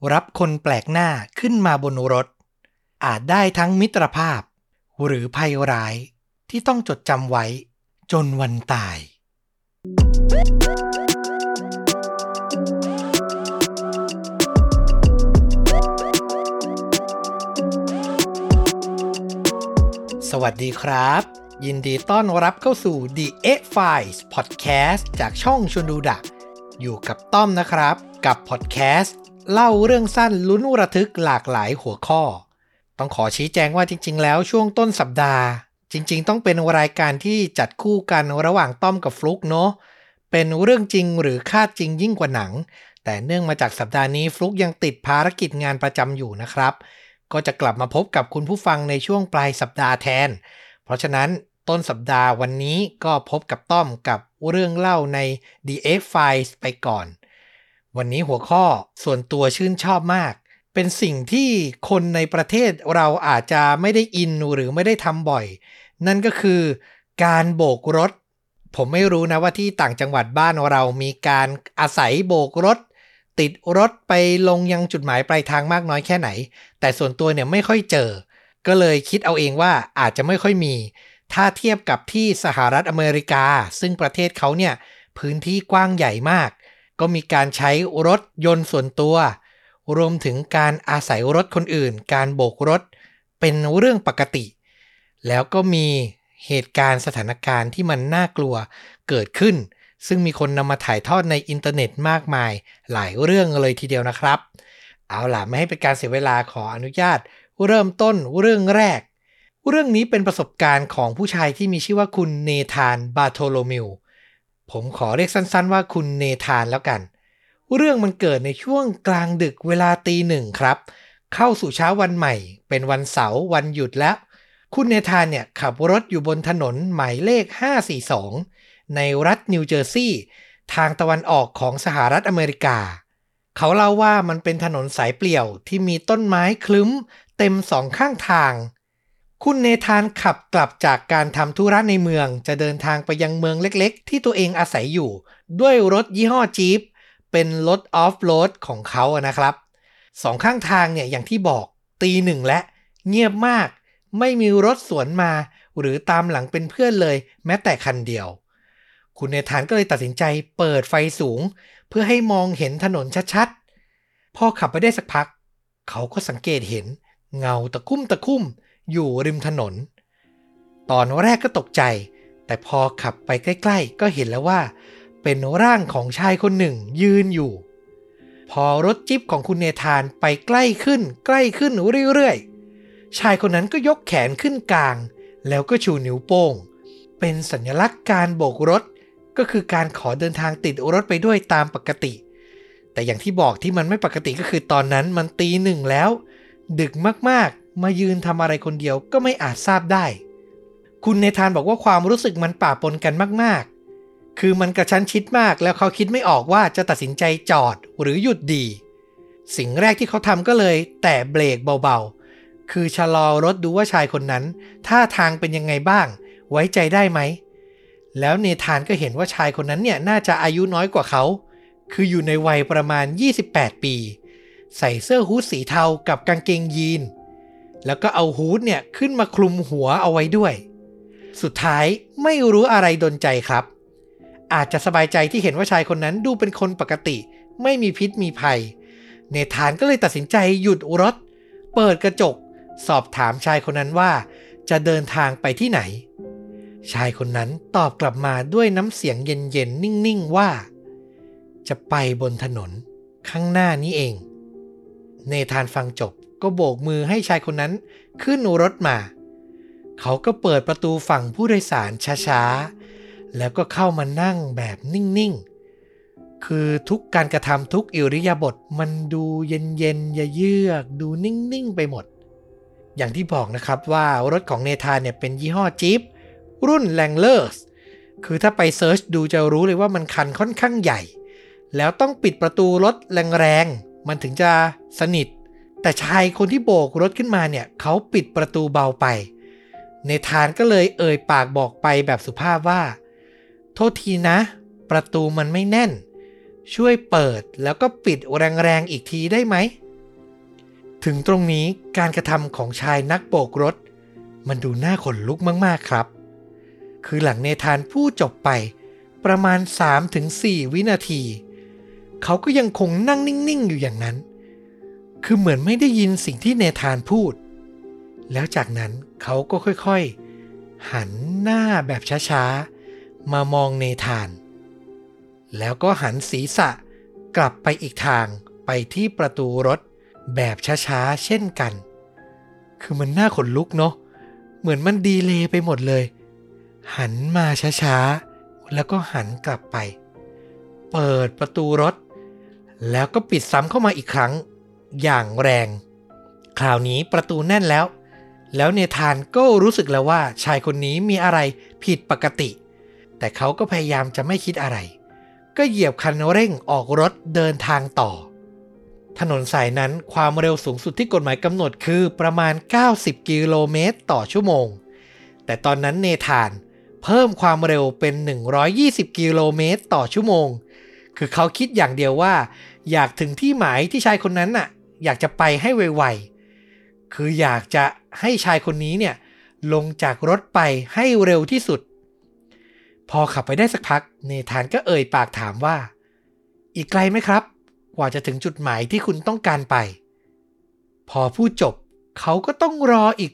รับคนแปลกหน้าขึ้นมาบนรถอาจได้ทั้งมิตรภาพหรือภัยร้ายที่ต้องจดจำไว้จนวันตายสวัสดีครับยินดีต้อนรับเข้าสู่ The X-Files Podcast จากช่องชวนดูดะอยู่กับต้อมนะครับกับพอดแคสต์เล่าเรื่องสั้นลุ้นระทึกหลากหลายหัวข้อต้องขอชี้แจงว่าจริงๆแล้วช่วงต้นสัปดาห์จริงๆต้องเป็นรายการที่จัดคู่กันระหว่างต้อมกับฟลุกเนาะเป็นเรื่องจริงหรือคาดจริงยิ่งกว่าหนังแต่เนื่องมาจากสัปดาห์นี้ฟลุกยังติดภารกิจงานประจำอยู่นะครับก็จะกลับมาพบกับคุณผู้ฟังในช่วงปลายสัปดาห์แทนเพราะฉะนั้นต้นสัปดาห์วันนี้ก็พบกับต้อมกับเรื่องเล่าใน The X-Files ไปก่อนวันนี้หัวข้อส่วนตัวชื่นชอบมากเป็นสิ่งที่คนในประเทศเราอาจจะไม่ได้อินหรือไม่ได้ทำบ่อยนั่นก็คือการโบกรถผมไม่รู้นะว่าที่ต่างจังหวัดบ้านเรามีการอาศัยโบกรถติดรถไปลงยังจุดหมายปลายทางมากน้อยแค่ไหนแต่ส่วนตัวเนี่ยไม่ค่อยเจอก็เลยคิดเอาเองว่าอาจจะไม่ค่อยมีถ้าเทียบกับที่สหรัฐอเมริกาซึ่งประเทศเขาเนี่ยพื้นที่กว้างใหญ่มากก็มีการใช้รถยนต์ส่วนตัวรวมถึงการอาศัยรถคนอื่นการโบกรถเป็นเรื่องปกติแล้วก็มีเหตุการณ์สถานการณ์ที่มันน่ากลัวเกิดขึ้นซึ่งมีคนนำมาถ่ายทอดในอินเทอร์เน็ตมากมายหลายเรื่องเลยทีเดียวนะครับเอาล่ะไม่ให้เป็นการเสียเวลาขออนุญาตเริ่มต้นเรื่องแรกเรื่องนี้เป็นประสบการณ์ของผู้ชายที่มีชื่อว่าคุณเนธานบาโทโลมิวผมขอเรียกสั้นๆว่าคุณเนธานแล้วกันเรื่องมันเกิดในช่วงกลางดึกเวลาตี 1ครับเข้าสู่เช้าวันใหม่เป็นวันเสาร์วันหยุดแล้วคุณเนธานเนี่ยขับรถอยู่บนถนนหมายเลข542ในรัฐนิวเจอร์ซีย์ทางตะวันออกของสหรัฐอเมริกาเขาเล่าว่ามันเป็นถนนสายเปลี่ยวที่มีต้นไม้คลึ้มเต็มสองข้างทางคุณเนธานขับกลับจากการทำธุระในเมืองจะเดินทางไปยังเมืองเล็กๆที่ตัวเองอาศัยอยู่ด้วยรถยี่ห้อจี๊ปเป็นรถออฟโรดของเขานะครับสองข้างทางเนี่ยอย่างที่บอกตี 1และเงียบมากไม่มีรถสวนมาหรือตามหลังเป็นเพื่อนเลยแม้แต่คันเดียวคุณเนธานก็เลยตัดสินใจเปิดไฟสูงเพื่อให้มองเห็นถนนชัดๆพอขับไปได้สักพักเขาก็สังเกตเห็นเงาตะคุ่มอยู่ริมถนนตอนแรกก็ตกใจแต่พอขับไปใกล้ๆก็เห็นแล้วว่าเป็นร่างของชายคนหนึ่งยืนอยู่พอรถจิ๊ปของคุณเนธานไปใกล้ขึ้นเรื่อยๆชายคนนั้นก็ยกแขนขึ้นกลางแล้วก็ชูนิ้วโป้งเป็นสัญลักษณ์การโบกรถก็คือการขอเดินทางติดรถไปด้วยตามปกติแต่อย่างที่บอกที่มันไม่ปกติก็คือตอนนั้นมันตี 1แล้วดึกมากๆมายืนทำอะไรคนเดียวก็ไม่อาจทราบได้คุณเนธานบอกว่าความรู้สึกมันป่าปนกันมากๆคือมันกระชั้นชิดมากแล้วเขาคิดไม่ออกว่าจะตัดสินใจจอดหรือหยุดดีสิ่งแรกที่เขาทำก็เลยแตะเบรกเบาๆคือชะลอรถดูว่าชายคนนั้นท่าทางเป็นยังไงบ้างไว้ใจได้ไหมแล้วเนธานก็เห็นว่าชายคนนั้นเนี่ยน่าจะอายุน้อยกว่าเขาคืออยู่ในวัยประมาณ28ปีใส่เสื้อฮู้ดสีเทากับกางเกงยีนแล้วก็เอาฮู้ดเนี่ยขึ้นมาคลุมหัวเอาไว้ด้วยสุดท้ายไม่รู้อะไรดลใจครับอาจจะสบายใจที่เห็นว่าชายคนนั้นดูเป็นคนปกติไม่มีพิษมีภัยเนธานก็เลยตัดสินใจหยุดรถเปิดกระจกสอบถามชายคนนั้นว่าจะเดินทางไปที่ไหนชายคนนั้นตอบกลับมาด้วยน้ำเสียงเย็นๆนิ่งๆว่าจะไปบนถนนข้างหน้านี้เองเนธานฟังจบก็โบกมือให้ชายคนนั้นขึ้นรถมาเขาก็เปิดประตูฝั่งผู้โดยสารช้าๆแล้วก็เข้ามานั่งแบบนิ่งๆคือทุกการกระทำทุกอิริยาบถมันดูเย็นๆเยือกดูนิ่งๆไปหมดอย่างที่บอกนะครับว่ารถของเนธานเนี่ยเป็นยี่ห้อจี๊ปรุ่น Wrangler คือถ้าไปเซิร์ชดูจะรู้เลยว่ามันคันค่อนข้างใหญ่แล้วต้องปิดประตูรถแรงๆมันถึงจะสนิทแต่ชายคนที่โบกรถขึ้นมาเนี่ยเขาปิดประตูเบาไปเนธานก็เลยเอ่ยปากบอกไปแบบสุภาพว่าโทษทีนะประตูมันไม่แน่นช่วยเปิดแล้วก็ปิดแรงๆอีกทีได้ไหมถึงตรงนี้การกระทำของชายนักโบกรถมันดูน่าขนลุกมากๆครับคือหลังเนธานพูดจบไปประมาณ 3-4 วินาทีเขาก็ยังคงนั่งนิ่งๆอยู่อย่างนั้นคือเหมือนไม่ได้ยินสิ่งที่เนธานพูดแล้วจากนั้นเขาก็ค่อยๆหันหน้าแบบช้าๆมามองเนธานแล้วก็หันศีรษะกลับไปอีกทางไปที่ประตูรถแบบช้าๆเช่นกันคือมันน่าขนลุกเนาะเหมือนมันดีเลย์ไปหมดเลยหันมาช้าๆแล้วก็หันกลับไปเปิดประตูรถแล้วก็ปิดซ้ำเข้ามาอีกครั้งอย่างแรงคราวนี้ประตูแน่นแล้วเนธานก็รู้สึกแล้วว่าชายคนนี้มีอะไรผิดปกติแต่เขาก็พยายามจะไม่คิดอะไรก็เหยียบคันเร่งออกรถเดินทางต่อถนนสายนั้นความเร็วสูงสุดที่กฎหมายกำหนดคือประมาณ90กิโลเมตรต่อชั่วโมงแต่ตอนนั้นเนธานเพิ่มความเร็วเป็น120กิโลเมตรต่อชั่วโมงคือเขาคิดอย่างเดียวว่าอยากถึงที่หมายที่ชายคนนั้นน่ะอยากจะไปให้ไวๆคืออยากจะให้ชายคนนี้เนี่ยลงจากรถไปให้เร็วที่สุดพอขับไปได้สักพักเนธานก็เอ่ยปากถามว่าอีกไกลไหมครับกว่าจะถึงจุดหมายที่คุณต้องการไปพอพูดจบเขาก็ต้องรออีก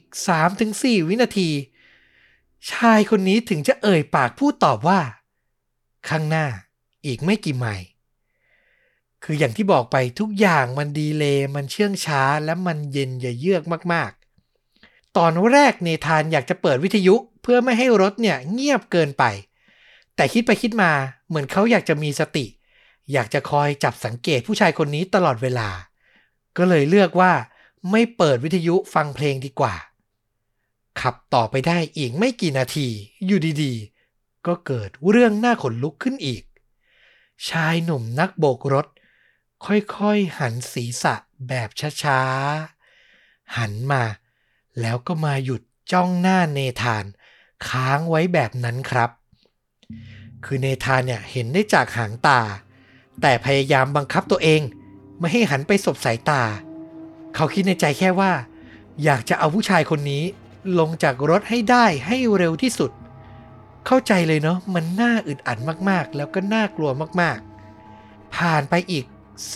3-4 วินาทีชายคนนี้ถึงจะเอ่ยปากพูดตอบว่าข้างหน้าอีกไม่กี่ไมล์คืออย่างที่บอกไปทุกอย่างมันดีเลย์มันเชื่องช้าและมันเย็นเยือกมากๆตอนแรกเนธานอยากจะเปิดวิทยุเพื่อไม่ให้รถเนี่ยเงียบเกินไปแต่คิดไปคิดมาเหมือนเขาอยากจะมีสติอยากจะคอยจับสังเกตผู้ชายคนนี้ตลอดเวลาก็เลยเลือกว่าไม่เปิดวิทยุฟังเพลงดีกว่าขับต่อไปได้อีกไม่กี่นาทีอยู่ดีๆก็เกิดเรื่องน่าขนลุกขึ้นอีกชายหนุ่มนักโบกรถค่อยๆหันศีรษะแบบช้าๆหันมาแล้วก็มาหยุดจ้องหน้าเนธานค้างไว้แบบนั้นครับคือเนธานเนี่ยเห็นได้จากหางตาแต่พยายามบังคับตัวเองไม่ให้หันไปสบสายตาเขาคิดในใจแค่ว่าอยากจะเอาผู้ชายคนนี้ลงจากรถให้ได้ให้เร็วที่สุดเข้าใจเลยเนาะมันน่าอึดอัดมากๆแล้วก็น่ากลัวมากๆผ่านไปอีก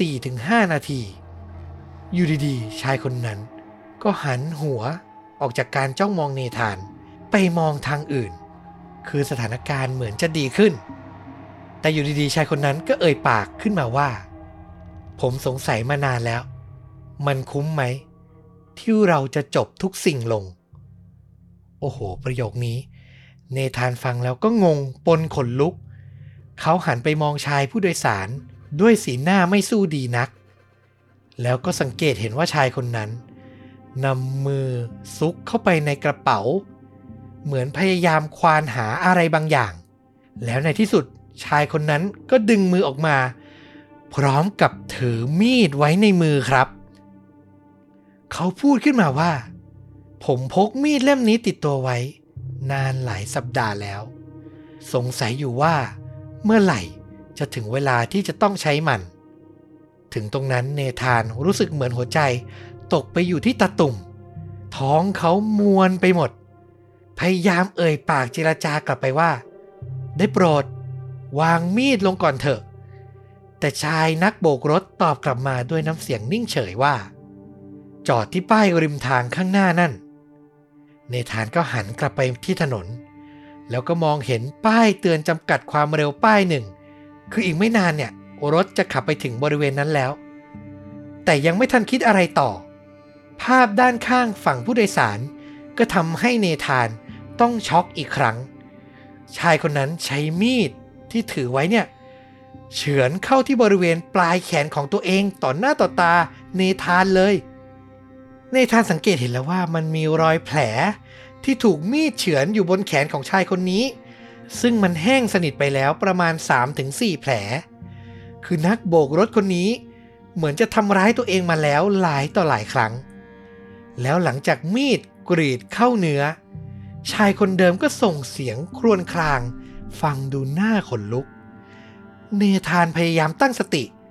4-5 นาทีอยู่ดีๆชายคนนั้นก็หันหัวออกจากการจ้องมองเนธานไปมองทางอื่นคือสถานการณ์เหมือนจะดีขึ้นแต่อยู่ดีๆชายคนนั้นก็เอ่ยปากขึ้นมาว่าผมสงสัยมานานแล้วมันคุ้มไหมที่เราจะจบทุกสิ่งลงโอ้โหประโยคนี้เนธานฟังแล้วก็งงปนขนลุกเขาหันไปมองชายผู้โดยสารด้วยสีหน้าไม่สู้ดีนักแล้วก็สังเกตเห็นว่าชายคนนั้นนำมือซุกเข้าไปในกระเป๋าเหมือนพยายามควานหาอะไรบางอย่างแล้วในที่สุดชายคนนั้นก็ดึงมือออกมาพร้อมกับถือมีดไว้ในมือครับเขาพูดขึ้นมาว่าผมพกมีดเล่มนี้ติดตัวไว้นานหลายสัปดาห์แล้วสงสัยอยู่ว่าเมื่อไหร่จะถึงเวลาที่จะต้องใช้มันถึงตรงนั้นเนธานรู้สึกเหมือนหัวใจตกไปอยู่ที่ตาตุ่มท้องเขามวนไปหมดพยายามเอ่ยปากเจรจากลับไปว่าได้โปรดวางมีดลงก่อนเถอะแต่ชายนักโบกรถตอบกลับมาด้วยน้ำเสียงนิ่งเฉยว่าจอดที่ป้ายริมทางข้างหน้านั่นเนธานก็หันกลับไปที่ถนนแล้วก็มองเห็นป้ายเตือนจำกัดความเร็วป้ายหนึ่งคืออีกไม่นานเนี่ยรถจะขับไปถึงบริเวณนั้นแล้วแต่ยังไม่ทันคิดอะไรต่อภาพด้านข้างฝั่งผู้โดยสารก็ทำให้เนธานต้องช็อกอีกครั้งชายคนนั้นใช้มีดที่ถือไว้เนี่ยเฉือนเข้าที่บริเวณปลายแขนของตัวเองต่อหน้าต่อตาเนธานเลยเนธานสังเกตเห็นแล้วว่ามันมีรอยแผลที่ถูกมีดเฉือนอยู่บนแขนของชายคนนี้ซึ่งมันแห้งสนิทไปแล้วประมาณ 3-4 แผลคือนักโบกรถคนนี้เหมือนจะทำร้ายตัวเองมาแล้วหลายต่อหลายครั้งแล้วหลังจากมีดกรีดเข้าเนื้อชายคนเดิมก็ส่งเสียงครวญครางฟังดูน่าขนลุกเนธานพยายามตั้งสติ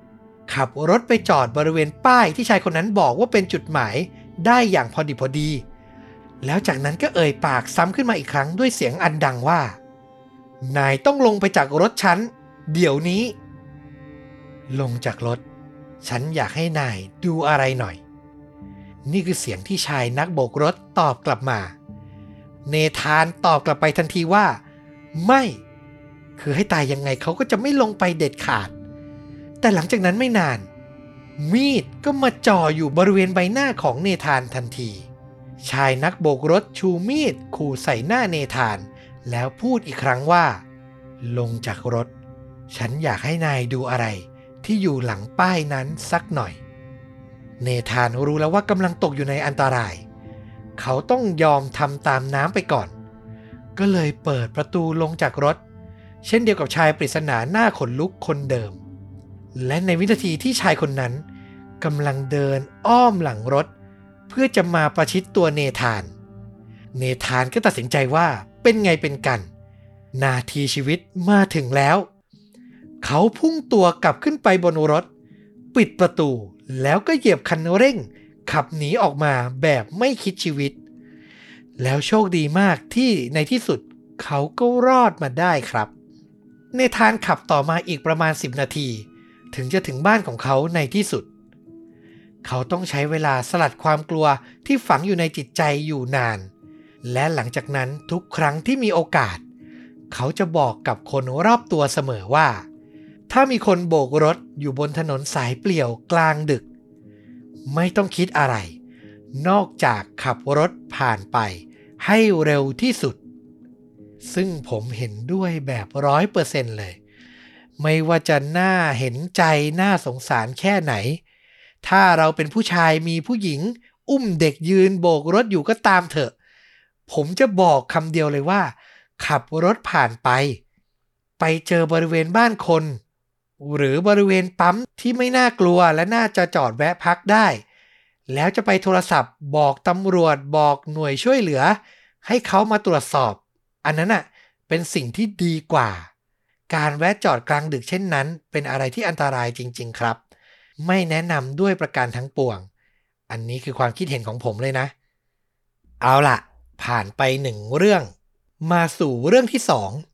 ขับรถไปจอดบริเวณป้ายที่ชายคนนั้นบอกว่าเป็นจุดหมายได้อย่างพอดีแล้วจากนั้นก็เอ่ยปากซ้ำขึ้นมาอีกครั้งด้วยเสียงอันดังว่านายต้องลงไปจากรถฉันเดี๋ยวนี้ลงจากรถฉันอยากให้นายดูอะไรหน่อยนี่คือเสียงที่ชายนักโบกรถตอบกลับมาเนธานตอบกลับไปทันทีว่าไม่คือให้ตายยังไงเขาก็จะไม่ลงไปเด็ดขาดแต่หลังจากนั้นไม่นานมีดก็มาจ่ออยู่บริเวณใบหน้าของเนธานทันทีชายนักโบกรถชูมีดขู่ใส่หน้าเนธานแล้วพูดอีกครั้งว่าลงจากรถฉันอยากให้นายดูอะไรที่อยู่หลังป้ายนั้นสักหน่อยเนธานรู้แล้วว่ากำลังตกอยู่ในอันตรายเขาต้องยอมทำตามน้ำไปก่อนก็เลยเปิดประตูลงจากรถเช่นเดียวกับชายปริศนาหน้าขนลุกคนเดิมและในวินาทีที่ชายคนนั้นกำลังเดินอ้อมหลังรถเพื่อจะมาประชิดตัวเนธานก็ตัดสินใจว่าเป็นไงเป็นกันนาทีชีวิตมาถึงแล้วเขาพุ่งตัวกลับขึ้นไปบนรถปิดประตูแล้วก็เหยียบคันเร่งขับหนีออกมาแบบไม่คิดชีวิตแล้วโชคดีมากที่ในที่สุดเขาก็รอดมาได้ครับเนธานขับต่อมาอีกประมาณ10นาทีถึงจะถึงบ้านของเขาในที่สุดเขาต้องใช้เวลาสลัดความกลัวที่ฝังอยู่ในจิตใจอยู่นานและหลังจากนั้นทุกครั้งที่มีโอกาสเขาจะบอกกับคนรอบตัวเสมอว่าถ้ามีคนโบกรถอยู่บนถนนสายเปลี่ยวกลางดึกไม่ต้องคิดอะไรนอกจากขับรถผ่านไปให้เร็วที่สุดซึ่งผมเห็นด้วยแบบ 100% เลยไม่ว่าจะน่าเห็นใจน่าสงสารแค่ไหนถ้าเราเป็นผู้ชายมีผู้หญิงอุ้มเด็กยืนโบกรถอยู่ก็ตามเถอะผมจะบอกคำเดียวเลยว่าขับรถผ่านไปเจอบริเวณบ้านคนหรือบริเวณปั๊มที่ไม่น่ากลัวและน่าจะจอดแวะพักได้แล้วจะไปโทรศัพท์บอกตำรวจบอกหน่วยช่วยเหลือให้เขามาตรวจสอบอันนั้นน่ะเป็นสิ่งที่ดีกว่าการแวะจอดกลางดึกเช่นนั้นเป็นอะไรที่อันตรายจริงๆครับไม่แนะนำด้วยประการทั้งปวงอันนี้คือความคิดเห็นของผมเลยนะเอาล่ะผ่านไป1เรื่องมาสู่เรื่องที่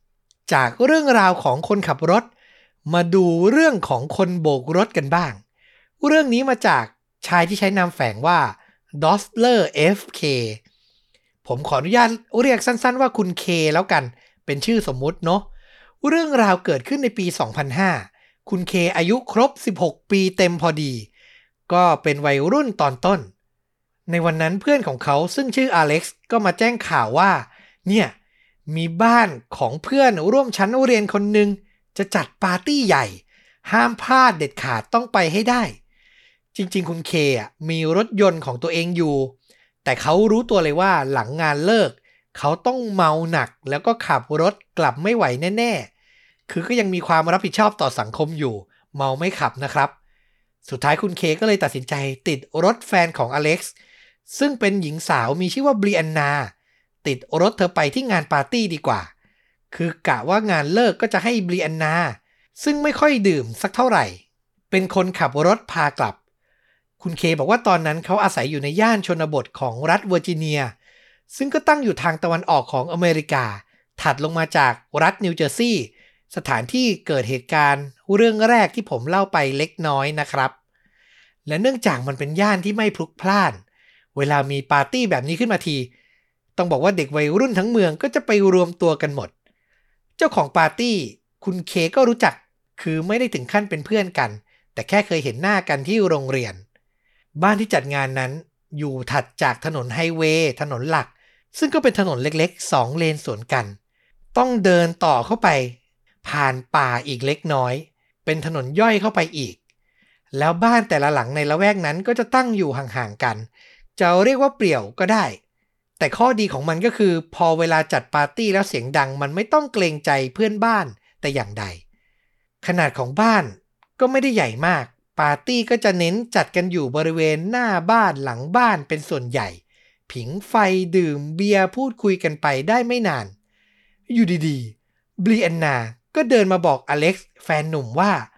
2จากเรื่องราวของคนขับรถมาดูเรื่องของคนโบกรถกันบ้างเรื่องนี้มาจากชายที่ใช้นามแฝงว่า Dostler FK ผมขออนุญาตเรียกสั้นๆว่าคุณเคแล้วกันเป็นชื่อสมมุติเนาะเรื่องราวเกิดขึ้นในปี 2005 คุณเคอายุครบ16ปีเต็มพอดีก็เป็นวัยรุ่นตอนต้นในวันนั้นเพื่อนของเขาซึ่งชื่ออเล็กซ์ก็มาแจ้งข่าวว่าเนี่ยมีบ้านของเพื่อนร่วมชั้นเรียนคนหนึ่งจะจัดปาร์ตี้ใหญ่ห้ามพลาดเด็ดขาดต้องไปให้ได้จริงๆคุณเคมีรถยนต์ของตัวเองอยู่แต่เขารู้ตัวเลยว่าหลังงานเลิกเขาต้องเมาหนักแล้วก็ขับรถกลับไม่ไหวแน่ๆคือก็ยังมีความรับผิดชอบต่อสังคมอยู่เมาไม่ขับนะครับสุดท้ายคุณเคก็เลยตัดสินใจติดรถแฟนของอเล็กซ์ซึ่งเป็นหญิงสาวมีชื่อว่าบรีแอนนาติดรถเธอไปที่งานปาร์ตี้ดีกว่าคือกะว่างานเลิกก็จะให้บรีแอนนาซึ่งไม่ค่อยดื่มสักเท่าไหร่เป็นคนขับรถพากลับคุณเคบอกว่าตอนนั้นเขาอาศัยอยู่ในย่านชนบทของรัฐเวอร์จิเนียซึ่งก็ตั้งอยู่ทางตะวันออกของอเมริกาถัดลงมาจากรัฐนิวเจอร์ซีย์สถานที่เกิดเหตุการณ์เรื่องแรกที่ผมเล่าไปเล็กน้อยนะครับและเนื่องจากมันเป็นย่านที่ไม่พลุกพล่านเวลามีปาร์ตี้แบบนี้ขึ้นมาทีต้องบอกว่าเด็กวัยรุ่นทั้งเมืองก็จะไปรวมตัวกันหมดเจ้าของปาร์ตี้คุณเคก็รู้จักคือไม่ได้ถึงขั้นเป็นเพื่อนกันแต่แค่เคยเห็นหน้ากันที่โรงเรียนบ้านที่จัดงานนั้นอยู่ถัดจากถนนไฮเวย์ถนนหลักซึ่งก็เป็นถนนเล็กๆ2เลนสวนกันต้องเดินต่อเข้าไปผ่านป่าอีกเล็กน้อยเป็นถนนย่อยเข้าไปอีกแล้วบ้านแต่ละหลังในละแวกนั้นก็จะตั้งอยู่ห่างๆกันจะเรียกว่าเปลี่ยวก็ได้แต่ข้อดีของมันก็คือพอเวลาจัดปาร์ตี้แล้วเสียงดังมันไม่ต้องเกรงใจเพื่อนบ้านแต่อย่างใดขนาดของบ้านก็ไม่ได้ใหญ่มากปาร์ตี้ก็จะเน้นจัดกันอยู่บริเวณหน้าบ้านหลังบ้านเป็นส่วนใหญ่ผิงไฟดื่มเบียร์พูดคุยกันไปได้ไม่นานอยู่ดีๆบรีแอนนาก็เดินมาบอกอเล็กซ์แฟนหนุ่มว่า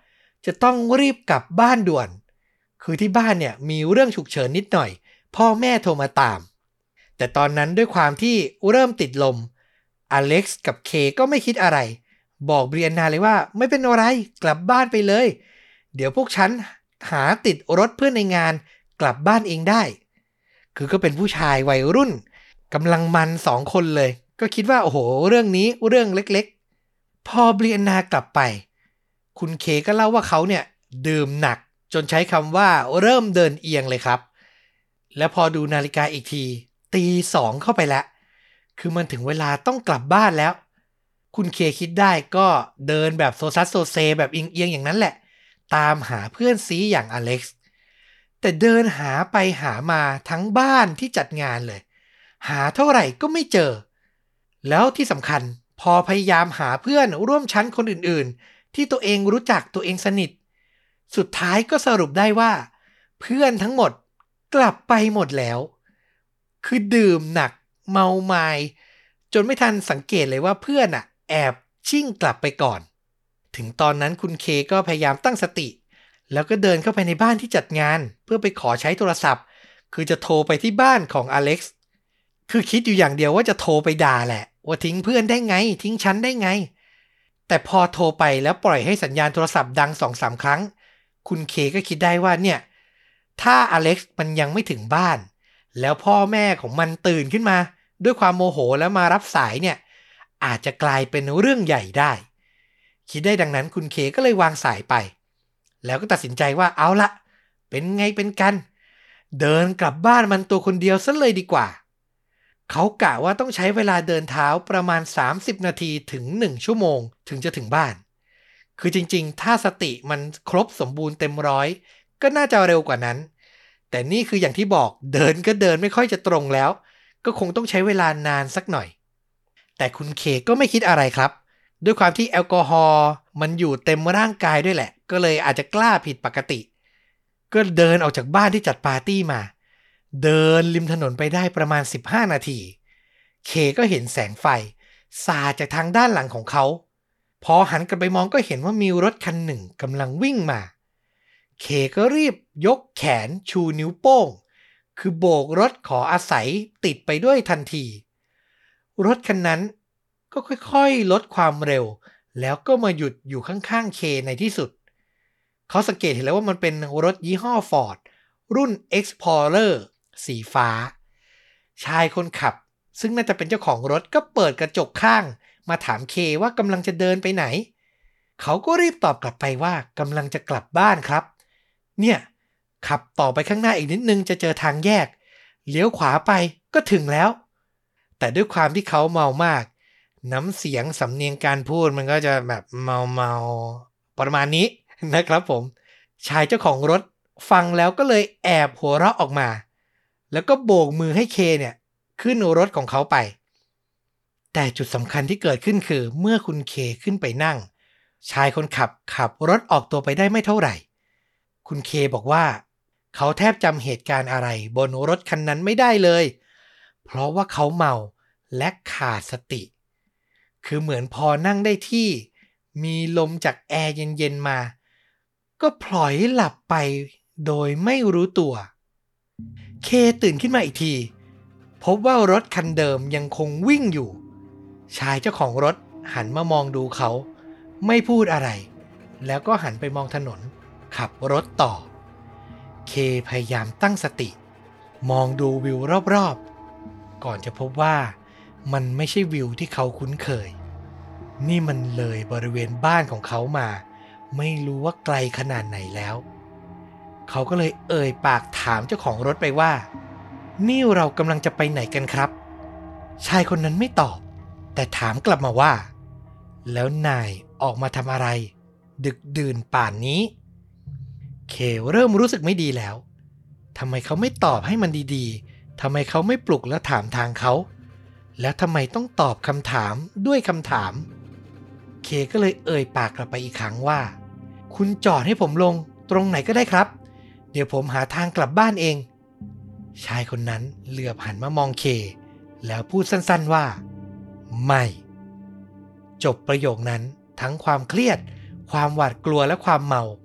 จะต้องรีบกลับบ้านด่วนคือที่บ้านเนี่ยมีเรื่องฉุกเฉินนิดหน่อยพ่อแม่โทรมาตามแต่ตอนนั้นด้วยความที่เริ่มติดลมอเล็กซ์กับเคก็ไม่คิดอะไรบอกเบรียนนาเลยว่าไม่เป็นอะไรกลับบ้านไปเลยเดี๋ยวพวกฉันหาติดรถเพื่อนในงานกลับบ้านเองได้คือก็เป็นผู้ชายวัยรุ่นกำลังมัน2 คนเลยก็คิดว่าโอ้โหเรื่องนี้เรื่องเล็กๆพอเบรียนนากลับไปคุณเคก็เล่าว่าเขาเนี่ยดื่มหนักจนใช้คำว่าเริ่มเดินเอียงเลยครับแล้วพอดูนาฬิกาอีกทีตี 2เข้าไปแล้วคือมันถึงเวลาต้องกลับบ้านแล้วคุณเคคิดได้ก็เดินแบบโซซัสโซเซแบบเอียงๆอย่างนั้นแหละตามหาเพื่อนซีอย่างอเล็กซ์แต่เดินหาไปหามาทั้งบ้านที่จัดงานเลยหาเท่าไหร่ก็ไม่เจอแล้วที่สำคัญพอพยายามหาเพื่อนร่วมชั้นคนอื่นๆที่ตัวเองรู้จักตัวเองสนิทสุดท้ายก็สรุปได้ว่าเพื่อนทั้งหมดกลับไปหมดแล้วคือดื่มหนักเมามายจนไม่ทันสังเกตเลยว่าเพื่อนแอบชิ่งกลับไปก่อนถึงตอนนั้นคุณเคก็พยายามตั้งสติแล้วก็เดินเข้าไปในบ้านที่จัดงานเพื่อไปขอใช้โทรศัพท์คือจะโทรไปที่บ้านของอเล็กซ์คือคิดอยู่อย่างเดียวว่าจะโทรไปด่าแหละว่าทิ้งเพื่อนได้ไงทิ้งฉันได้ไงแต่พอโทรไปแล้วปล่อยให้สัญญาณโทรศัพท์ดัง 2-3 ครั้งคุณเคก็คิดได้ว่าเนี่ยถ้าอเล็กซ์มันยังไม่ถึงบ้านแล้วพ่อแม่ของมันตื่นขึ้นมาด้วยความโมโหแล้วมารับสายเนี่ยอาจจะกลายเป็นเรื่องใหญ่ได้คิดได้ดังนั้นคุณเคก็เลยวางสายไปแล้วก็ตัดสินใจว่าเอาละเป็นไงเป็นกันเดินกลับบ้านมันตัวคนเดียวซะเลยดีกว่าเขากะว่าต้องใช้เวลาเดินเท้าประมาณ30 นาทีถึง1 ชั่วโมงถึงจะถึงบ้านคือจริงๆถ้าสติมันครบสมบูรณ์เต็มร้อยก็น่าจะเร็วกว่านั้นแต่นี่คืออย่างที่บอกเดินก็เดินไม่ค่อยจะตรงแล้วก็คงต้องใช้เวลานานสักหน่อยแต่คุณเคก็ไม่คิดอะไรครับด้วยความที่แอลกอฮอล์มันอยู่เต็มร่างกายด้วยแหละก็เลยอาจจะกล้าผิดปกติก็เดินออกจากบ้านที่จัดปาร์ตี้มาเดินริมถนนไปได้ประมาณ15 นาทีเคก็เห็นแสงไฟสาดจากทางด้านหลังของเขาพอหันกลับไปมองก็เห็นว่ามีรถคันหนึ่งกำลังวิ่งมาเคก็รีบยกแขนชูนิ้วโป้งคือโบกรถขออาศัยติดไปด้วยทันทีรถคันนั้นก็ค่อยๆลดความเร็วแล้วก็มาหยุดอยู่ข้างๆเคในที่สุดเขาสังเกตเห็นแล้วว่ามันเป็นรถยี่ห้อ Ford รุ่น Explorer สีฟ้าชายคนขับซึ่งน่าจะเป็นเจ้าของรถก็เปิดกระจกข้างมาถามเคว่ากำลังจะเดินไปไหนเขาก็รีบตอบกลับไปว่ากำลังจะกลับบ้านครับเนี่ยขับต่อไปข้างหน้าอีกนิดนึงจะเจอทางแยกเลี้ยวขวาไปก็ถึงแล้วแต่ด้วยความที่เขาเมามากน้ำเสียงสำเนียงการพูดมันก็จะแบบเมาประมาณนี้นะครับผมชายเจ้าของรถฟังแล้วก็เลยแอบหัวเราะออกมาแล้วก็โบกมือให้เคเนี่ยขึ้นรถของเขาไปแต่จุดสำคัญที่เกิดขึ้นคือเมื่อคุณเคขึ้นไปนั่งชายคนขับรถออกตัวไปได้ไม่เท่าไหร่คุณเคบอกว่าเขาแทบจำเหตุการณ์อะไรบนรถคันนั้นไม่ได้เลยเพราะว่าเขาเมาและขาดสติคือเหมือนพอนั่งได้ที่มีลมจากแอร์เย็นๆมาก็พลอยหลับไปโดยไม่รู้ตัวเคตื่นขึ้นมาอีกทีพบว่ารถคันเดิมยังคงวิ่งอยู่ชายเจ้าของรถหันมามองดูเขาไม่พูดอะไรแล้วก็หันไปมองถนนขับรถต่อเคพยายามตั้งสติมองดูวิวรอบๆก่อนจะพบว่ามันไม่ใช่วิวที่เขาคุ้นเคยนี่มันเลยบริเวณบ้านของเขามาไม่รู้ว่าไกลขนาดไหนแล้วเขาก็เลยเอ่ยปากถามเจ้าของรถไปว่านี่เรากำลังจะไปไหนกันครับชายคนนั้นไม่ตอบแต่ถามกลับมาว่าแล้วนายออกมาทำอะไรดึกดื่นป่านนี้เคเริ่มรู้สึกไม่ดีแล้วทำไมเขาไม่ตอบให้มันดีๆทำไมเขาไม่ปลุกแล้วถามทางเขาแล้วทำไมต้องตอบคำถามด้วยคำถามเคก็เลยเอ่ยปากกลับไปอีกครั้งว่าคุณจอดให้ผมลงตรงไหนก็ได้ครับเดี๋ยวผมหาทางกลับบ้านเองชายคนนั้นเหลือบหันมามองเคแล้วพูดสั้นๆว่าไม่จบประโยคนั้นทั้งความเครียดความหวาดกลัวและความเมา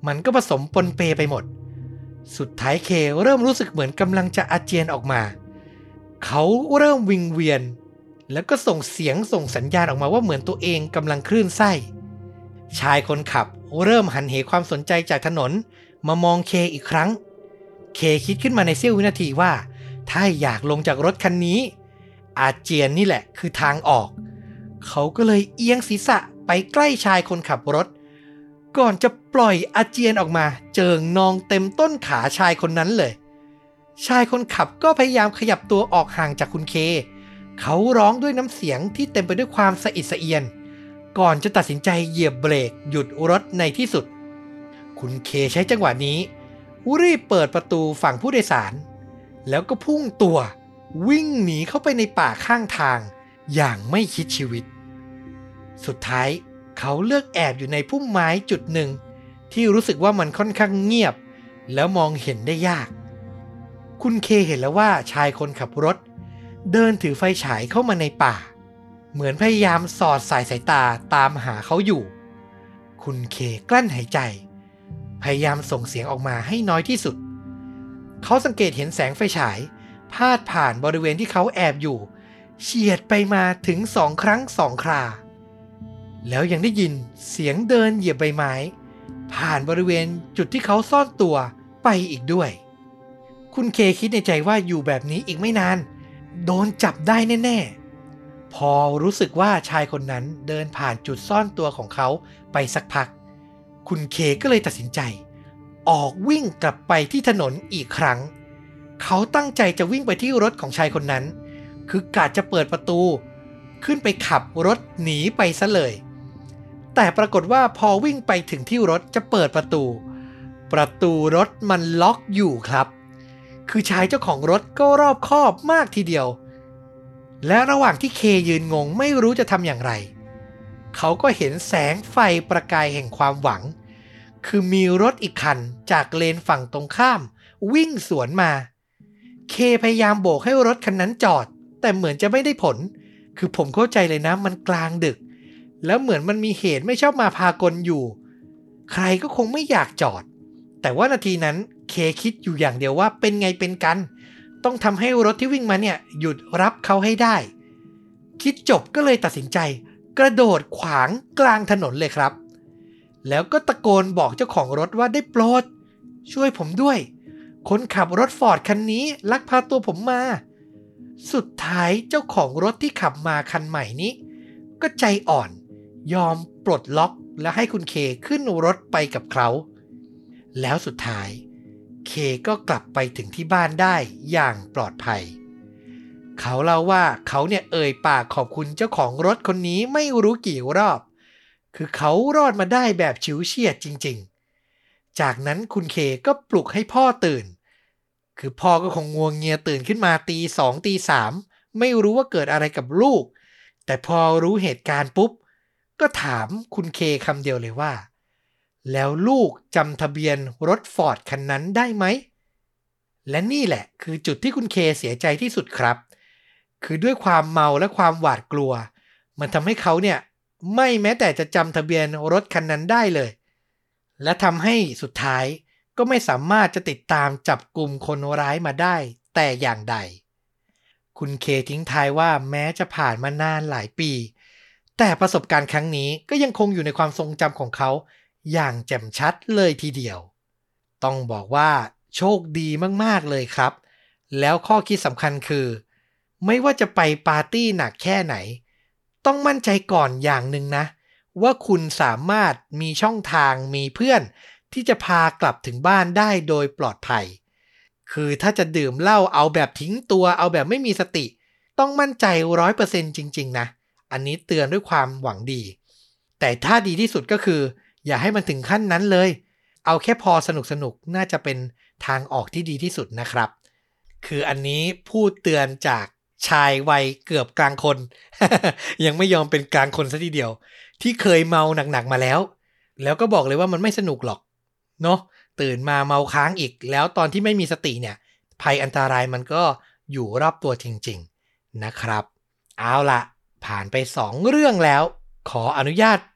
มันก็ผสมปนเปไปหมดสุดท้ายเคเริ่มรู้สึกเหมือนกำลังจะอาเจียนออกมาเขาเริ่มวิงเวียนแล้วก็ส่งเสียงส่งสัญญาณออกมาว่าเหมือนตัวเองกำลังคลื่นไส้ชายคนขับเริ่มหันเหความสนใจจากถนนมามองเคอีกครั้งเคคิดขึ้นมาในเสี้ยววินาทีว่าถ้าอยากลงจากรถคันนี้อาเจียนนี่แหละคือทางออกเขาก็เลยเอียงศีรษะไปใกล้ชายคนขับรถก่อนจะปล่อยอาเจียนออกมาเจิ่งนองเต็มต้นขาชายคนนั้นเลยชายคนขับก็พยายามขยับตัวออกห่างจากคุณเคเขาร้องด้วยน้ำเสียงที่เต็มไปด้วยความสะอิดสะเอียนก่อนจะตัดสินใจเหยียบเบรกหยุดรถในที่สุดคุณเคใช้จังหวะนี้รีบเปิดประตูฝั่งผู้โดยสารแล้วก็พุ่งตัววิ่งหนีเข้าไปในป่าข้างทางอย่างไม่คิดชีวิตสุดท้ายเขาเลือกแอบอยู่ในพุ่มไม้จุดหนึ่งที่รู้สึกว่ามันค่อนข้างเงียบแล้วมองเห็นได้ยากคุณเคเห็นแล้วว่าชายคนขับรถเดินถือไฟฉายเข้ามาในป่าเหมือนพยายามสอดสายตาตามหาเขาอยู่คุณเคกลั้นหายใจพยายามส่งเสียงออกมาให้น้อยที่สุดเขาสังเกตเห็นแสงไฟฉายพาดผ่านบริเวณที่เขาแอบอยู่เฉียดไปมาถึง2 ครั้ง 2 คราแล้วยังได้ยินเสียงเดินเหยียบใบไม้ผ่านบริเวณจุดที่เขาซ่อนตัวไปอีกด้วยคุณเคคิดในใจว่าอยู่แบบนี้อีกไม่นานโดนจับได้แน่ๆพอรู้สึกว่าชายคนนั้นเดินผ่านจุดซ่อนตัวของเขาไปสักพักคุณเคก็เลยตัดสินใจออกวิ่งกลับไปที่ถนนอีกครั้งเขาตั้งใจจะวิ่งไปที่รถของชายคนนั้นคือกะจะเปิดประตูขึ้นไปขับรถหนีไปซะเลยแต่ปรากฏว่าพอวิ่งไปถึงที่รถจะเปิดประตูรถมันล็อกอยู่ครับคือชายเจ้าของรถก็รอบคอบมากทีเดียวและระหว่างที่เคยืนงงไม่รู้จะทำอย่างไรเขาก็เห็นแสงไฟประกายแห่งความหวังคือมีรถอีกคันจากเลนฝั่งตรงข้ามวิ่งสวนมาเคพยายามโบกให้รถคันนั้นจอดแต่เหมือนจะไม่ได้ผลคือผมเข้าใจเลยนะมันกลางดึกแล้วเหมือนมันมีเหตุไม่ชอบมาพากลอยู่ใครก็คงไม่อยากจอดแต่ว่านาทีนั้นเคคิดอยู่อย่างเดียวว่าเป็นไงเป็นกันต้องทำให้รถที่วิ่งมาเนี่ยหยุดรับเขาให้ได้คิดจบก็เลยตัดสินใจกระโดดขวางกลางถนนเลยครับแล้วก็ตะโกนบอกเจ้าของรถว่าได้โปรดช่วยผมด้วยคนขับรถฟอร์ดคันนี้ลักพาตัวผมมาสุดท้ายเจ้าของรถที่ขับมาคันใหม่นี้ก็ใจอ่อนยอมปลดล็อกและให้คุณเคขึ้นรถไปกับเขาแล้วสุดท้ายเคก็กลับไปถึงที่บ้านได้อย่างปลอดภัยเขาเล่าว่าเขาเนี่ยเอ่ยปากขอบคุณเจ้าของรถคนนี้ไม่รู้กี่รอบคือเขารอดมาได้แบบฉิวเฉียดจริงๆจากนั้นคุณเคก็ปลุกให้พ่อตื่นคือพ่อก็คงงัวเงียตื่นขึ้นมาตี 2 ตี 3ไม่รู้ว่าเกิดอะไรกับลูกแต่พอรู้เหตุการณ์ปุ๊บก็ถามคุณเคคำเดียวเลยว่าแล้วลูกจำทะเบียนรถฟอร์ดคันนั้นได้ไหมและนี่แหละคือจุดที่คุณเคเสียใจที่สุดครับคือด้วยความเมาและความหวาดกลัวมันทำให้เขาเนี่ยไม่แม้แต่จะจำทะเบียนรถคันนั้นได้เลยและทำให้สุดท้ายก็ไม่สามารถจะติดตามจับกลุ่มคนร้ายมาได้แต่อย่างใดคุณเคทิ้งท้ายว่าแม้จะผ่านมานานหลายปีแต่ประสบการณ์ครั้งนี้ก็ยังคงอยู่ในความทรงจำของเขาอย่างแจ่มชัดเลยทีเดียวต้องบอกว่าโชคดีมากๆเลยครับแล้วข้อคิดสำคัญคือไม่ว่าจะไปปาร์ตี้หนักแค่ไหนต้องมั่นใจก่อนอย่างหนึ่งนะว่าคุณสามารถมีช่องทางมีเพื่อนที่จะพากลับถึงบ้านได้โดยปลอดภัยคือถ้าจะดื่มเหล้าเอาแบบทิ้งตัวเอาแบบไม่มีสติต้องมั่นใจ 100% จริงๆนะอันนี้เตือนด้วยความหวังดีแต่ถ้าดีที่สุดก็คืออย่าให้มันถึงขั้นนั้นเลยเอาแค่พอสนุกน่าจะเป็นทางออกที่ดีที่สุดนะครับคืออันนี้พูดเตือนจากชายวัยเกือบกลางคน ยังไม่ยอมเป็นกลางคนซะทีเดียวที่เคยเมาหนักๆมาแล้วก็บอกเลยว่ามันไม่สนุกหรอกเนาะตื่นมาเมาค้างอีกแล้วตอนที่ไม่มีสติเนี่ยภัยอันตรายมันก็อยู่รอบตัวจริงๆนะครับเอาล่ะผ่านไป2เรื่องแล้วขออนุญาต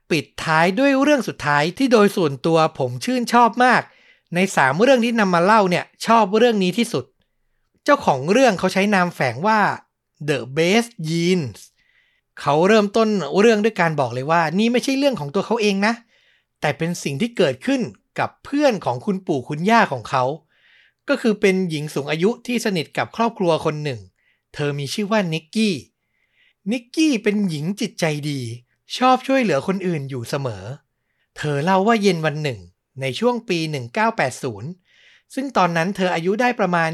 ปิดท้ายด้วยเรื่องสุดท้ายที่โดยส่วนตัวผมชื่นชอบมากใน3เรื่องที่นำมาเล่าเนี่ยชอบเรื่องนี้ที่สุดเจ้าของเรื่องเขาใช้นามแฝงว่า The Best Jeans เขาเริ่มต้นเรื่องด้วยการบอกเลยว่านี่ไม่ใช่เรื่องของตัวเขาเองนะแต่เป็นสิ่งที่เกิดขึ้นกับเพื่อนของคุณปู่คุณย่าของเขาก็คือเป็นหญิงสูงอายุที่สนิทกับครอบครัวคนหนึ่งเธอมีชื่อว่านิกกี้เป็นหญิงจิตใจดีชอบช่วยเหลือคนอื่นอยู่เสมอเธอเล่าว่าเย็นวันหนึ่งในช่วงปี 1980 ซึ่งตอนนั้นเธออายุได้ประมาณ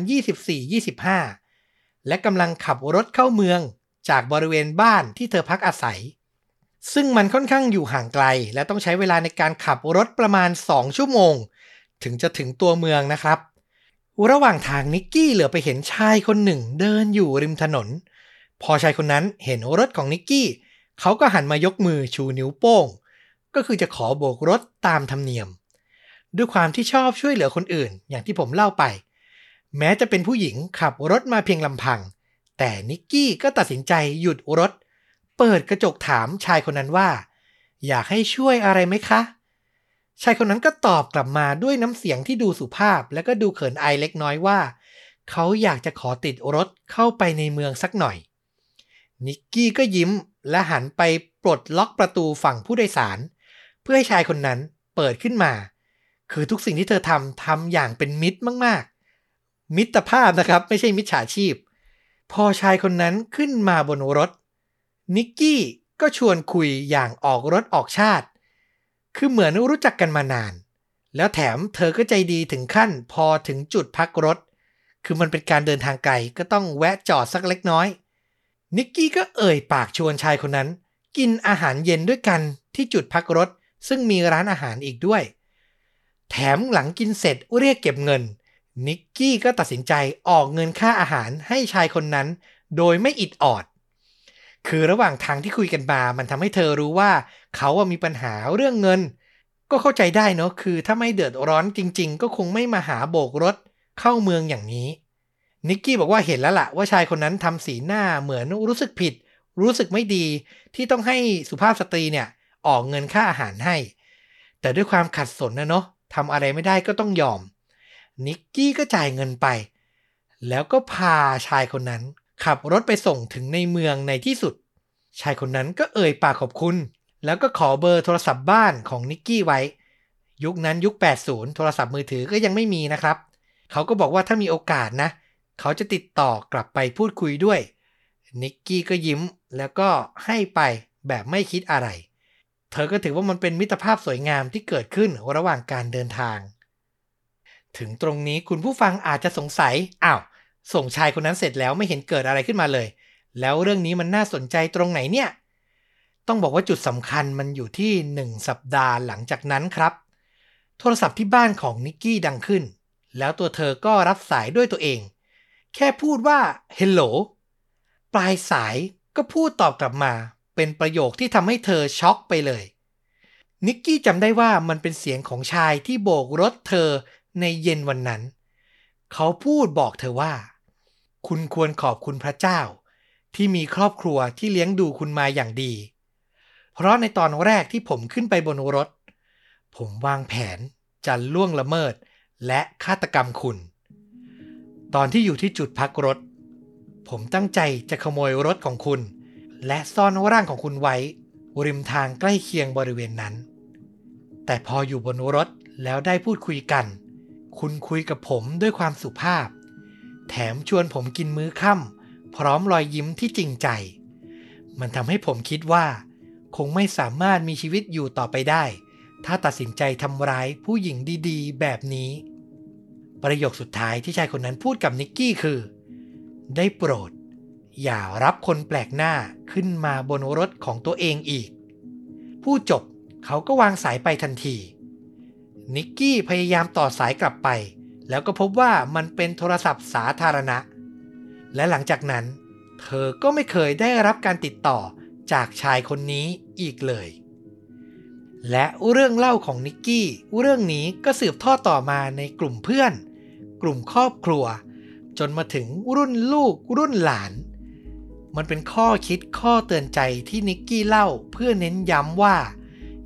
24-25 และกำลังขับรถเข้าเมืองจากบริเวณบ้านที่เธอพักอาศัยซึ่งมันค่อนข้างอยู่ห่างไกลและต้องใช้เวลาในการขับรถประมาณ 2 ชั่วโมงถึงจะถึงตัวเมืองนะครับระหว่างทางนิกกี้เหลือไปเห็นชายคนหนึ่งเดินอยู่ริมถนนพอชายคนนั้นเห็นรถของนิกกี้เขาก็หันมายกมือชูนิ้วโป้งก็คือจะขอโบกรถตามธรรมเนียมด้วยความที่ชอบช่วยเหลือคนอื่นอย่างที่ผมเล่าไปแม้จะเป็นผู้หญิงขับรถมาเพียงลำพังแต่นิกกี้ก็ตัดสินใจหยุดรถเปิดกระจกถามชายคนนั้นว่าอยากให้ช่วยอะไรไหมคะชายคนนั้นก็ตอบกลับมาด้วยน้ำเสียงที่ดูสุภาพและก็ดูเขินอายเล็กน้อยว่าเขาอยากจะขอติดรถเข้าไปในเมืองสักหน่อยนิกกี้ก็ยิ้มและหันไปปลดล็อกประตูฝั่งผู้โดยสารเพื่อให้ชายคนนั้นเปิดขึ้นมาคือทุกสิ่งที่เธอทำอย่างเป็นมิตรมากๆมิตรภาพนะครับไม่ใช่มิจฉาชีพพอชายคนนั้นขึ้นมาบนรถนิกกี้ก็ชวนคุยอย่างออกรถออกชาติคือเหมือนรู้จักกันมานานแล้วแถมเธอก็ใจดีถึงขั้นพอถึงจุดพักรถคือมันเป็นการเดินทางไกลก็ต้องแวะจอดสักเล็กน้อยนิกกี้ก็เอ่ยปากชวนชายคนนั้นกินอาหารเย็นด้วยกันที่จุดพักรถซึ่งมีร้านอาหารอีกด้วยแถมหลังกินเสร็จเรียกเก็บเงินนิกกี้ก็ตัดสินใจออกเงินค่าอาหารให้ชายคนนั้นโดยไม่อิดออดคือระหว่างทางที่คุยกันมามันทำให้เธอรู้ว่าเขามีปัญหาเรื่องเงินก็เข้าใจได้เนาะคือถ้าไม่เดือดร้อนจริงๆก็คงไม่มาหาโบกรถเข้าเมืองอย่างนี้นิกกี้บอกว่าเห็นแล้วล่ะว่าชายคนนั้นทำสีหน้าเหมือนรู้สึกผิดรู้สึกไม่ดีที่ต้องให้สุภาพสตรีเนี่ยออกเงินค่าอาหารให้แต่ด้วยความขัดสนนะเนาะทำอะไรไม่ได้ก็ต้องยอมนิกกี้ก็จ่ายเงินไปแล้วก็พาชายคนนั้นขับรถไปส่งถึงในเมืองในที่สุดชายคนนั้นก็เอ่ยปากขอบคุณแล้วก็ขอเบอร์โทรศัพท์บ้านของนิกกี้ไว้ยุคนั้นยุค 80 โทรศัพท์มือถือก็ยังไม่มีนะครับเขาก็บอกว่าถ้ามีโอกาสนะเขาจะติดต่อกลับไปพูดคุยด้วยนิกกี้ก็ยิ้มแล้วก็ให้ไปแบบไม่คิดอะไรเธอก็ถือว่ามันเป็นมิตรภาพสวยงามที่เกิดขึ้นระหว่างการเดินทางถึงตรงนี้คุณผู้ฟังอาจจะสงสัยส่งชายคนนั้นเสร็จแล้วไม่เห็นเกิดอะไรขึ้นมาเลยแล้วเรื่องนี้มันน่าสนใจตรงไหนเนี่ยต้องบอกว่าจุดสำคัญมันอยู่ที่1 สัปดาห์หลังจากนั้นครับโทรศัพท์ที่บ้านของนิกกี้ดังขึ้นแล้วตัวเธอก็รับสายด้วยตัวเองแค่พูดว่า Hello ปลายสายก็พูดตอบกลับมาเป็นประโยคที่ทำให้เธอช็อกไปเลยนิกกี้จำได้ว่ามันเป็นเสียงของชายที่โบกรถเธอในเย็นวันนั้นเขาพูดบอกเธอว่าคุณควรขอบคุณพระเจ้าที่มีครอบครัวที่เลี้ยงดูคุณมาอย่างดีเพราะในตอนแรกที่ผมขึ้นไปบนรถผมวางแผนจะล่วงละเมิดและฆาตกรรมคุณตอนที่อยู่ที่จุดพักรถผมตั้งใจจะขโมยรถของคุณและซ่อนร่างของคุณไว้ริมทางใกล้เคียงบริเวณนั้นแต่พออยู่บนรถแล้วได้พูดคุยกันคุณคุยกับผมด้วยความสุภาพแถมชวนผมกินมื้อค่ำพร้อมรอยยิ้มที่จริงใจมันทำให้ผมคิดว่าคงไม่สามารถมีชีวิตอยู่ต่อไปได้ถ้าตัดสินใจทำร้ายผู้หญิงดีๆแบบนี้ประโยคสุดท้ายที่ชายคนนั้นพูดกับนิกกี้คือได้โปรดอย่ารับคนแปลกหน้าขึ้นมาบนรถของตัวเองอีกพูดจบเขาก็วางสายไปทันทีนิกกี้พยายามต่อสายกลับไปแล้วก็พบว่ามันเป็นโทรศัพท์สาธารณะและหลังจากนั้นเธอก็ไม่เคยได้รับการติดต่อจากชายคนนี้อีกเลยและเรื่องเล่าของนิกกี้เรื่องนี้ก็สืบทอดต่อมาในกลุ่มเพื่อนกลุ่มครอบครัวจนมาถึงรุ่นลูกรุ่นหลานมันเป็นข้อคิดข้อเตือนใจที่นิกกี้เล่าเพื่อเน้นย้ำว่า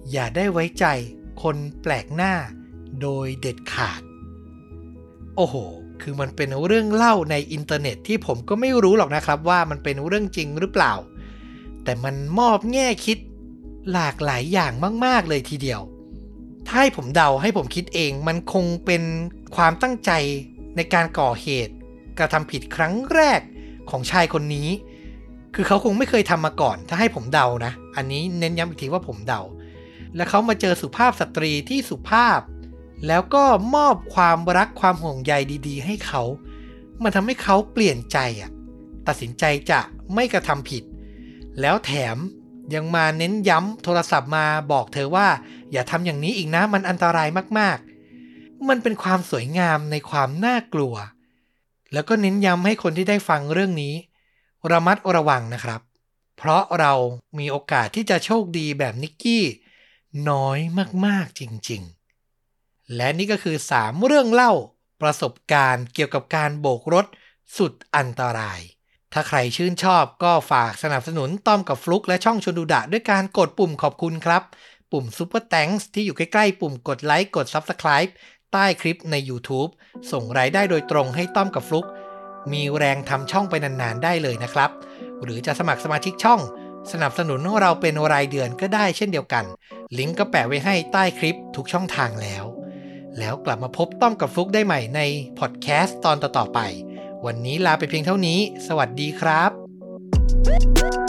อย่าได้ไว้ใจคนแปลกหน้าโดยเด็ดขาดโอ้โหคือมันเป็นเรื่องเล่าในอินเทอร์เน็ตที่ผมก็ไม่รู้หรอกนะครับว่ามันเป็นเรื่องจริงหรือเปล่าแต่มันมอบแง่คิดหลากหลายอย่างมากๆเลยทีเดียวถ้าให้ผมเดาให้ผมคิดเองมันคงเป็นความตั้งใจในการก่อเหตุกระทำผิดครั้งแรกของชายคนนี้คือเขาคงไม่เคยทำมาก่อนถ้าให้ผมเดานะอันนี้เน้นย้ำอีกทีว่าผมเดาและเขามาเจอสุภาพสตรีที่สุภาพแล้วก็มอบความรักความห่วงใยดีๆให้เขามันทำให้เขาเปลี่ยนใจตัดสินใจจะไม่กระทำผิดแล้วแถมยังมาเน้นย้ำโทรศัพท์มาบอกเธอว่าอย่าทำอย่างนี้อีกนะมันอันตรายมากๆมันเป็นความสวยงามในความน่ากลัวแล้วก็เน้นย้ำให้คนที่ได้ฟังเรื่องนี้ระมัดระวังนะครับเพราะเรามีโอกาสที่จะโชคดีแบบนิกกี้น้อยมากๆจริงๆและนี่ก็คือ3เรื่องเล่าประสบการณ์เกี่ยวกับการโบกรถสุดอันตรายถ้าใครชื่นชอบก็ฝากสนับสนุนต้อมกับฟลุกและช่องชวนดูดะด้วยการกดปุ่มขอบคุณครับปุ่ม Super Thanks ที่อยู่ใกล้ๆปุ่มกดไลค์กด Subscribe ใต้คลิปใน YouTube ส่งรายได้โดยตรงให้ต้อมกับฟลุกมีแรงทำช่องไปนานๆได้เลยนะครับหรือจะสมัครสมาชิกช่องสนับสนุนเราเป็นรายเดือนก็ได้เช่นเดียวกันลิงก์ก็แปะไว้ให้ใต้คลิปทุกช่องทางแล้วกลับมาพบต้อมกับฟลุกได้ใหม่ในพอดแคสต์ตอนต่อๆไปวันนี้ลาไปเพียงเท่านี้สวัสดีครับ